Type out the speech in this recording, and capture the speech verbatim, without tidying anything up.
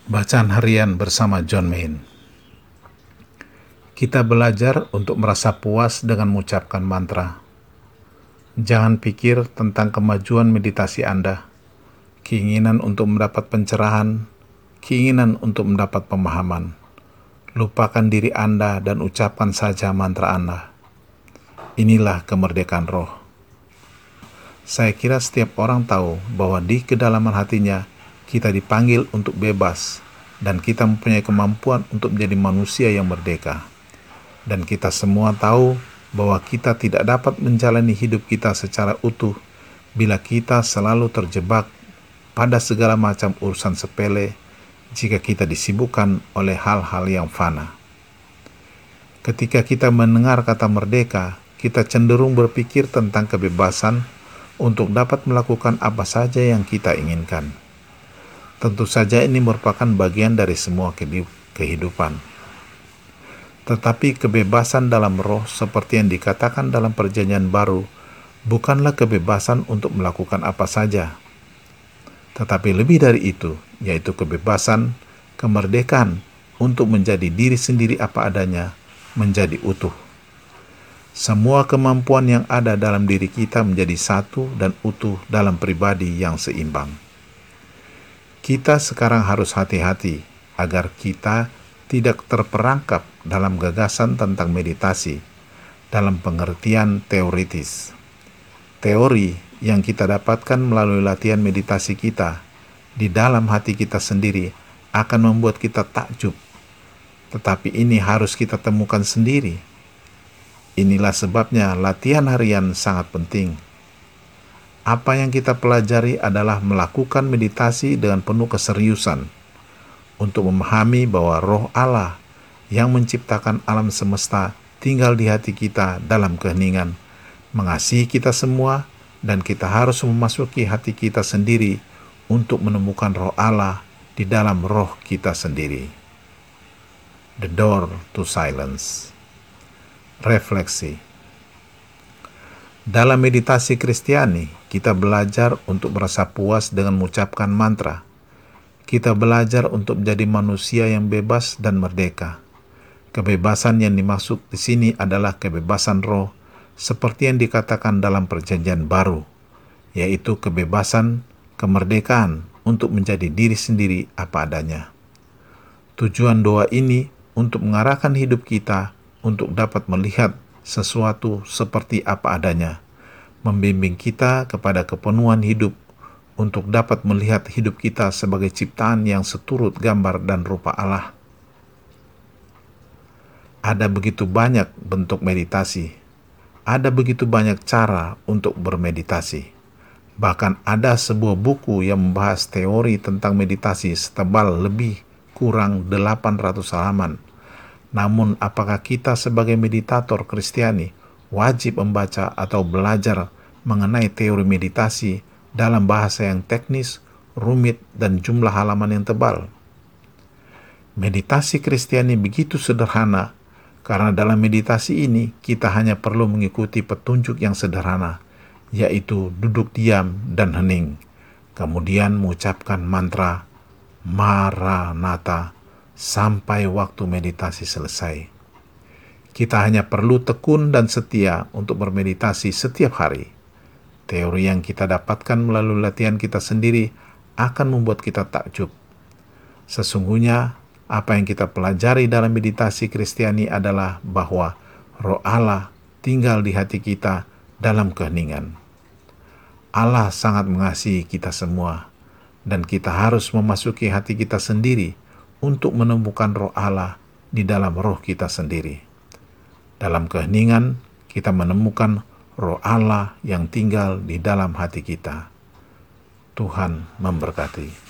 Bacaan harian bersama John Main. Kita belajar untuk merasa puas dengan mengucapkan mantra. Jangan pikir tentang kemajuan meditasi Anda, keinginan untuk mendapat pencerahan, keinginan untuk mendapat pemahaman. Lupakan diri Anda dan ucapkan saja mantra Anda. Inilah kemerdekaan roh. Saya kira setiap orang tahu bahwa di kedalaman hatinya kita dipanggil untuk bebas, dan kita mempunyai kemampuan untuk menjadi manusia yang merdeka. Dan kita semua tahu bahwa kita tidak dapat menjalani hidup kita secara utuh bila kita selalu terjebak pada segala macam urusan sepele jika kita disibukkan oleh hal-hal yang fana. Ketika kita mendengar kata merdeka, kita cenderung berpikir tentang kebebasan untuk dapat melakukan apa saja yang kita inginkan. Tentu saja ini merupakan bagian dari semua kehidupan. Tetapi kebebasan dalam roh seperti yang dikatakan dalam Perjanjian Baru bukanlah kebebasan untuk melakukan apa saja. Tetapi lebih dari itu, yaitu kebebasan, kemerdekaan untuk menjadi diri sendiri apa adanya, menjadi utuh. Semua kemampuan yang ada dalam diri kita menjadi satu dan utuh dalam pribadi yang seimbang. Kita sekarang harus hati-hati agar kita tidak terperangkap dalam gagasan tentang meditasi dalam pengertian teoritis. Teori yang kita dapatkan melalui latihan meditasi kita di dalam hati kita sendiri akan membuat kita takjub. Tetapi ini harus kita temukan sendiri. Inilah sebabnya latihan harian sangat penting. Apa yang kita pelajari adalah melakukan meditasi dengan penuh keseriusan untuk memahami bahwa roh Allah yang menciptakan alam semesta tinggal di hati kita dalam keheningan, mengasihi kita semua, dan kita harus memasuki hati kita sendiri untuk menemukan roh Allah di dalam roh kita sendiri. The Door to Silence. Refleksi. Dalam meditasi Kristiani, kita belajar untuk merasa puas dengan mengucapkan mantra. Kita belajar untuk menjadi manusia yang bebas dan merdeka. Kebebasan yang dimaksud di sini adalah kebebasan roh, seperti yang dikatakan dalam Perjanjian Baru, yaitu kebebasan, kemerdekaan untuk menjadi diri sendiri apa adanya. Tujuan doa ini untuk mengarahkan hidup kita untuk dapat melihat sesuatu seperti apa adanya, membimbing kita kepada kepenuhan hidup untuk dapat melihat hidup kita sebagai ciptaan yang seturut gambar dan rupa Allah. Ada begitu banyak bentuk meditasi, ada begitu banyak cara untuk bermeditasi. Bahkan ada sebuah buku yang membahas teori tentang meditasi setebal lebih kurang delapan ratus halaman. Namun, apakah kita sebagai meditator Kristiani wajib membaca atau belajar mengenai teori meditasi dalam bahasa yang teknis, rumit, dan jumlah halaman yang tebal? Meditasi Kristiani begitu sederhana, karena dalam meditasi ini kita hanya perlu mengikuti petunjuk yang sederhana, yaitu duduk diam dan hening, kemudian mengucapkan mantra Maranatha sampai waktu meditasi selesai. Kita hanya perlu tekun dan setia untuk bermeditasi setiap hari. Teori yang kita dapatkan melalui latihan kita sendiri akan membuat kita takjub. Sesungguhnya, apa yang kita pelajari dalam meditasi Kristiani adalah bahwa roh Allah tinggal di hati kita dalam keheningan. Allah sangat mengasihi kita semua, dan kita harus memasuki hati kita sendiri untuk menemukan roh Allah di dalam roh kita sendiri. Dalam keheningan, kita menemukan roh Allah yang tinggal di dalam hati kita. Tuhan memberkati.